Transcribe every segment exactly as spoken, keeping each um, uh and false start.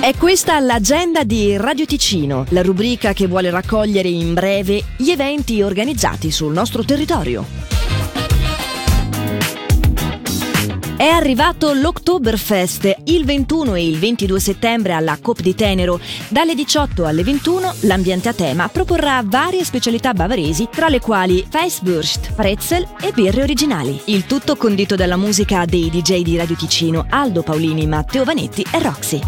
È questa l'agenda di Radio Ticino, la rubrica che vuole raccogliere in breve gli eventi organizzati sul nostro territorio. È arrivato l'Oktoberfest il ventuno e il ventidue settembre alla Coop di Tenero. Dalle diciotto alle ventuno l'ambiente a tema proporrà varie specialità bavaresi, tra le quali Weisswurst, pretzel e birre originali. Il tutto condito dalla musica dei D J di Radio Ticino, Aldo Paolini, Matteo Vanetti e Roxy.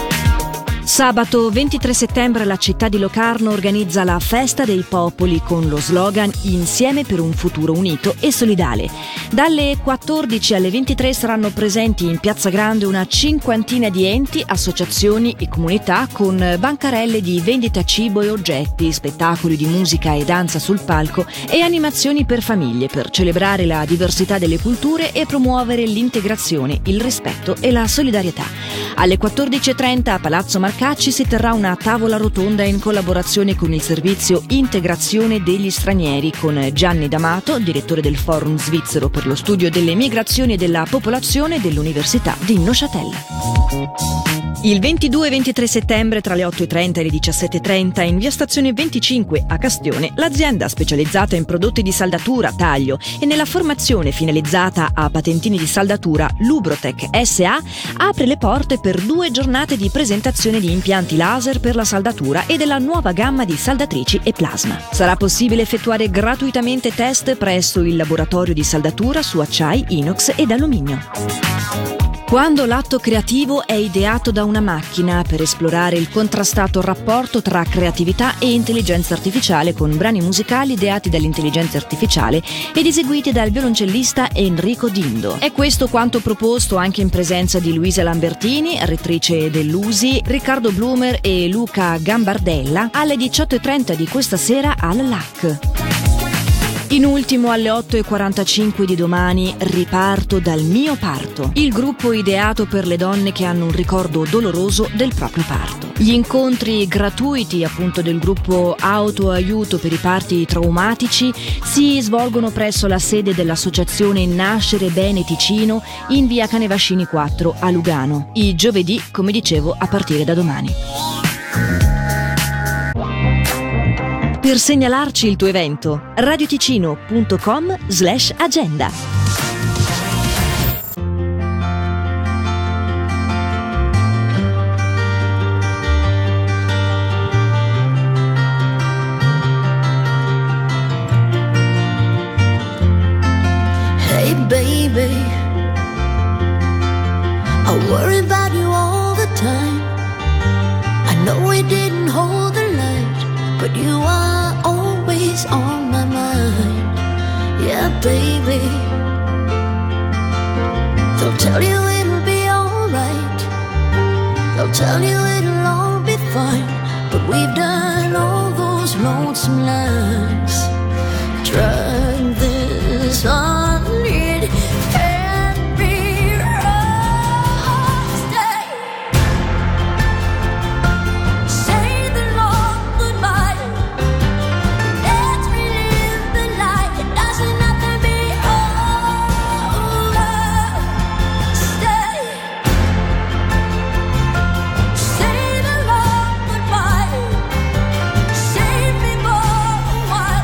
Sabato ventitré settembre la città di Locarno organizza la Festa dei Popoli con lo slogan Insieme per un futuro unito e solidale. Dalle quattordici alle ventitré saranno presenti in Piazza Grande una cinquantina di enti, associazioni e comunità con bancarelle di vendita cibo e oggetti, spettacoli di musica e danza sul palco e animazioni per famiglie per celebrare la diversità delle culture e promuovere l'integrazione, il rispetto e la solidarietà. Alle quattordici e trenta a Palazzo Marcacci si terrà una tavola rotonda in collaborazione con il servizio Integrazione degli Stranieri con Gianni D'Amato, direttore del Forum Svizzero per lo studio delle migrazioni e della popolazione dell'Università di Neuchâtel. Il ventidue e ventitré settembre tra le otto e trenta e le diciassette e trenta in via Stazione venticinque a Castione, l'azienda specializzata in prodotti di saldatura, taglio e nella formazione finalizzata a patentini di saldatura Lubrotec S A apre le porte per due giornate di presentazione di impianti laser per la saldatura e della nuova gamma di saldatrici e plasma. Sarà possibile effettuare gratuitamente test presso il laboratorio di saldatura su acciai, inox ed alluminio. Quando l'atto creativo è ideato da una macchina per esplorare il contrastato rapporto tra creatività e intelligenza artificiale con brani musicali ideati dall'intelligenza artificiale ed eseguiti dal violoncellista Enrico Dindo. È questo quanto proposto anche in presenza di Luisa Lambertini, rettrice dell'U S I, Riccardo Blumer e Luca Gambardella alle diciotto e trenta di questa sera al L A C. In ultimo, alle otto e quarantacinque di domani, Riparto dal mio parto, il gruppo ideato per le donne che hanno un ricordo doloroso del proprio parto. Gli incontri gratuiti appunto del gruppo Autoaiuto per i parti traumatici si svolgono presso la sede dell'associazione Nascere Bene Ticino in via Canevascini quattro a Lugano, i giovedì, come dicevo, a partire da domani. Per segnalarci il tuo evento, radioticino punto com slash agenda. Hey baby, I worry about you all the time. I know we didn't hold the light, but you are always on my mind. Yeah, baby. They'll tell you it'll be alright. They'll tell you it'll all be fine. But we've done all those lonesome nights. Drag this on it. Can't be wrong. Stay. Say the long goodbye. Let's relive the light. It doesn't have to be over. Stay. Say the long goodbye. Save me for a while.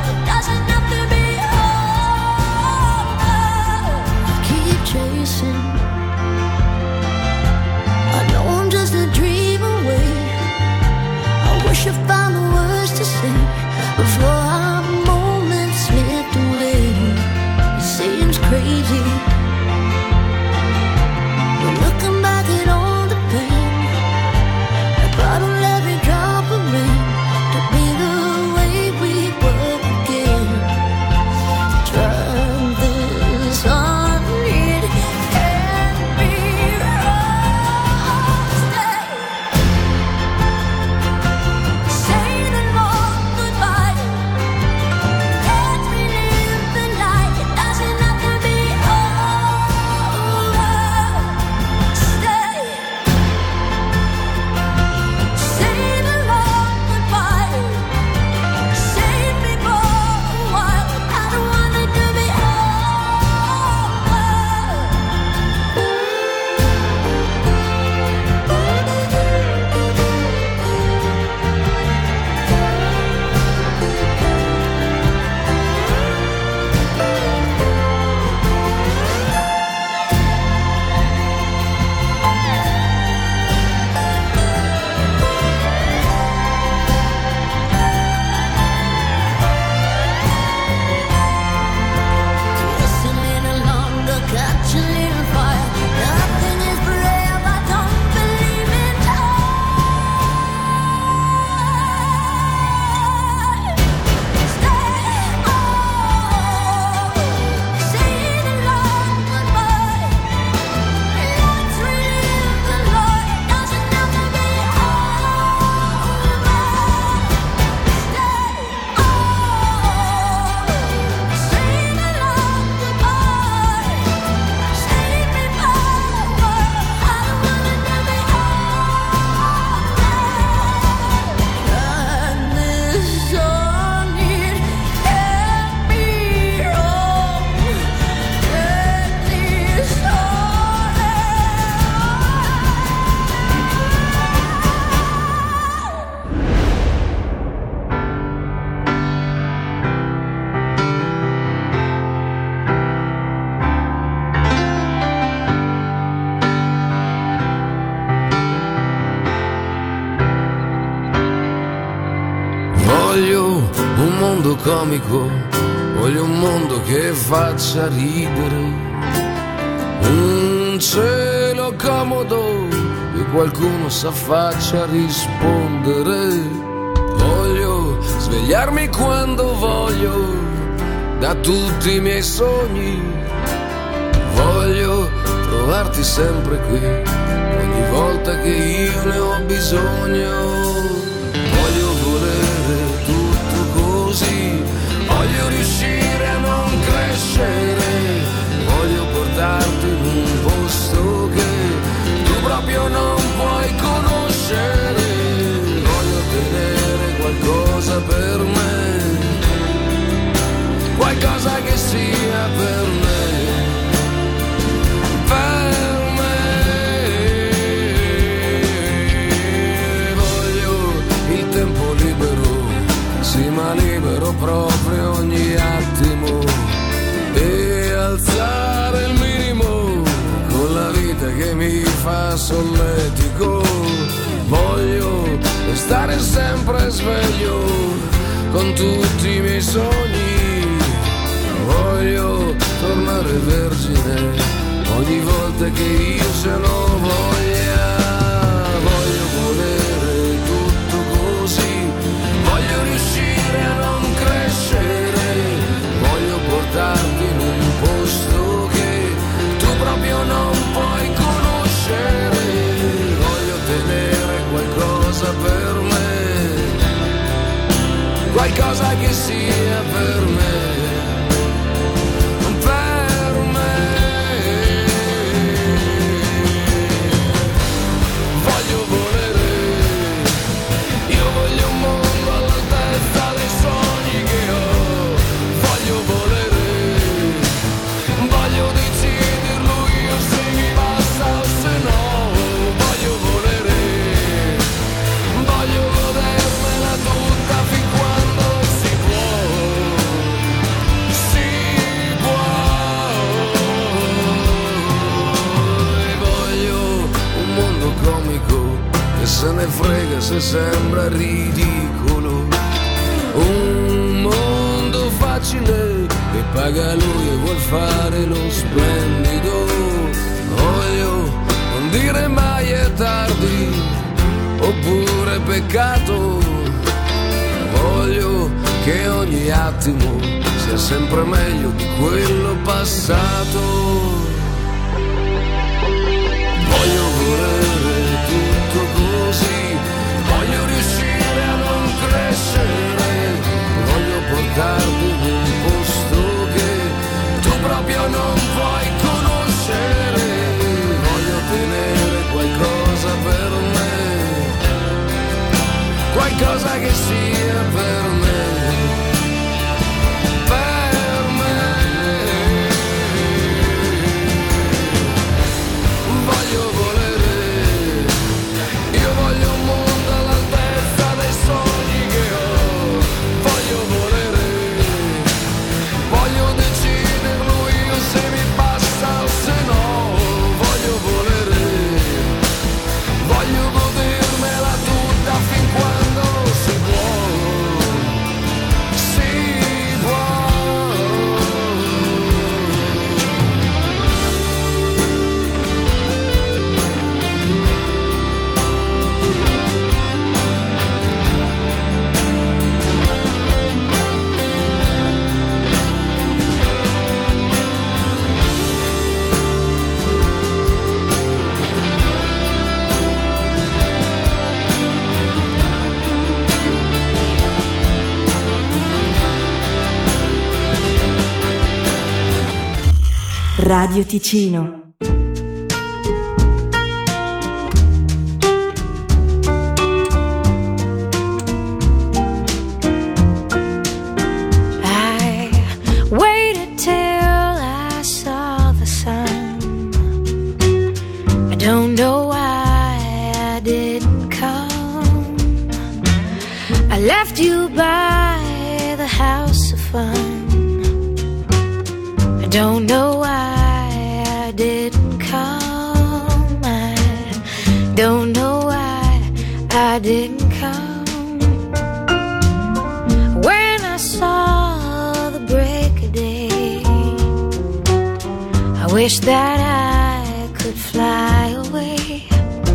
mondo comico, voglio un mondo che faccia ridere, un cielo comodo e qualcuno s'affaccia a rispondere. Voglio svegliarmi quando voglio da tutti i miei sogni, voglio trovarti sempre qui ogni volta che io ne ho bisogno. Voglio volere tutto così, voglio riuscire a non crescere, voglio portarti in un posto che tu proprio non puoi conoscere, voglio tenere qualcosa per me, qualcosa che sia per me, per me. Voglio il tempo libero, sì ma libero proprio ogni attimo, e alzare il minimo con la vita che mi fa solletico. Voglio stare sempre sveglio con tutti i miei sogni, voglio tornare vergine ogni volta che io se lo voglia. Voglio volere tutto così, voglio riuscire a non crescere, voglio portarti in un posto che tu proprio non puoi conoscere, voglio tenere qualcosa per me, qualcosa che sia per me. Se ne frega se sembra ridicolo, un mondo facile che paga lui e vuol fare lo splendido. Voglio non dire mai è tardi oppure peccato, voglio che ogni attimo sia sempre meglio di quello passato. Voglio volere tutto così, voglio riuscire a non crescere, voglio portarti in un posto che tu proprio non puoi conoscere, voglio tenere qualcosa per me, qualcosa che sia per me, per me. Voglio volere, io voglio un mondo all'altezza dei sogni che ho, voglio volere, voglio deciderlo io se mi passa o se no, voglio volere, voglio godermela tutta fin quando si può, si può. Radio Ticino. I waited till I saw the sun. I don't know why I didn't come. I left you by the house of fun. I don't know why I didn't come. I don't know why I didn't come. When I saw wish that I could fly away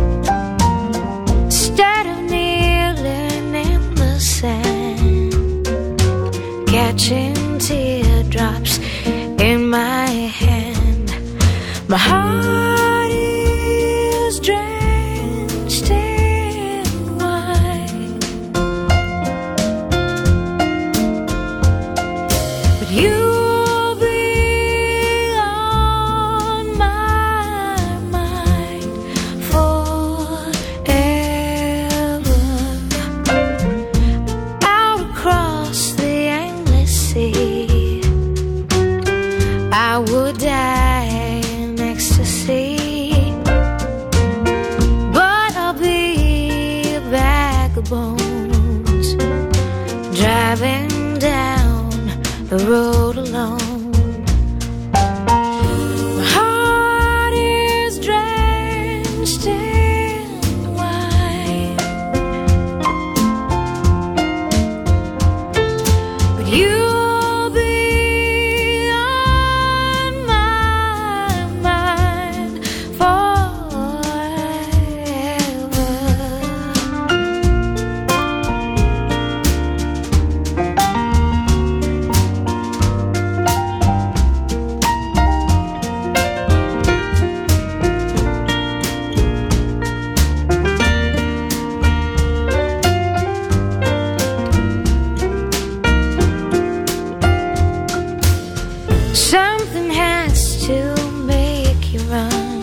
instead of kneeling in the sand, catching teardrops in my hand. My heart is drenched in wine, but you driving down the road alone. My heart is drenched in wine, but you'll be on my mind forever. Something has to make you run.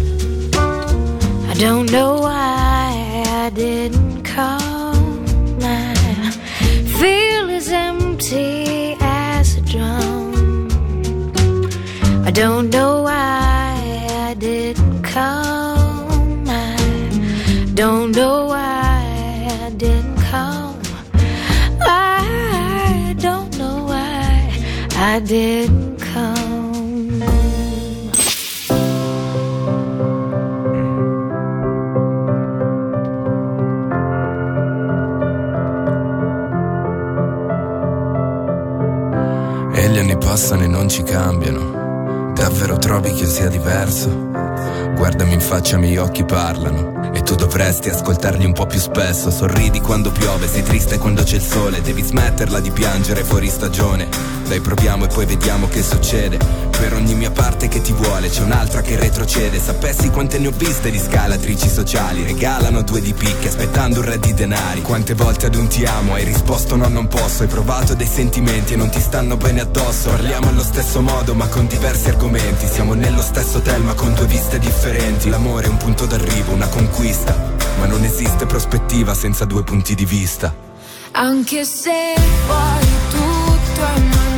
I don't know why I didn't come. I feel as empty as a drum. I don't know why I didn't come. I don't know why I didn't come. I don't know why I didn't come. E gli anni passano e non ci cambiano. Davvero trovi che io sia diverso? Guardami in faccia, i miei occhi parlano. E tu dovresti ascoltarli un po' più spesso. Sorridi quando piove, sei triste quando c'è il sole. Devi smetterla di piangere fuori stagione. Dai, proviamo e poi vediamo che succede. Per ogni mia parte che ti vuole c'è un'altra che retrocede. Sapessi quante ne ho viste di scalatrici sociali. Regalano due di picche aspettando un re di denari. Quante volte ad un ti amo hai risposto no, non posso. Hai provato dei sentimenti e non ti stanno bene addosso. Parliamo allo stesso modo ma con diversi argomenti. Siamo nello stesso hotel ma con due viste differenti. L'amore è un punto d'arrivo, una conquista, ma non esiste prospettiva senza due punti di vista. Anche se poi tutto è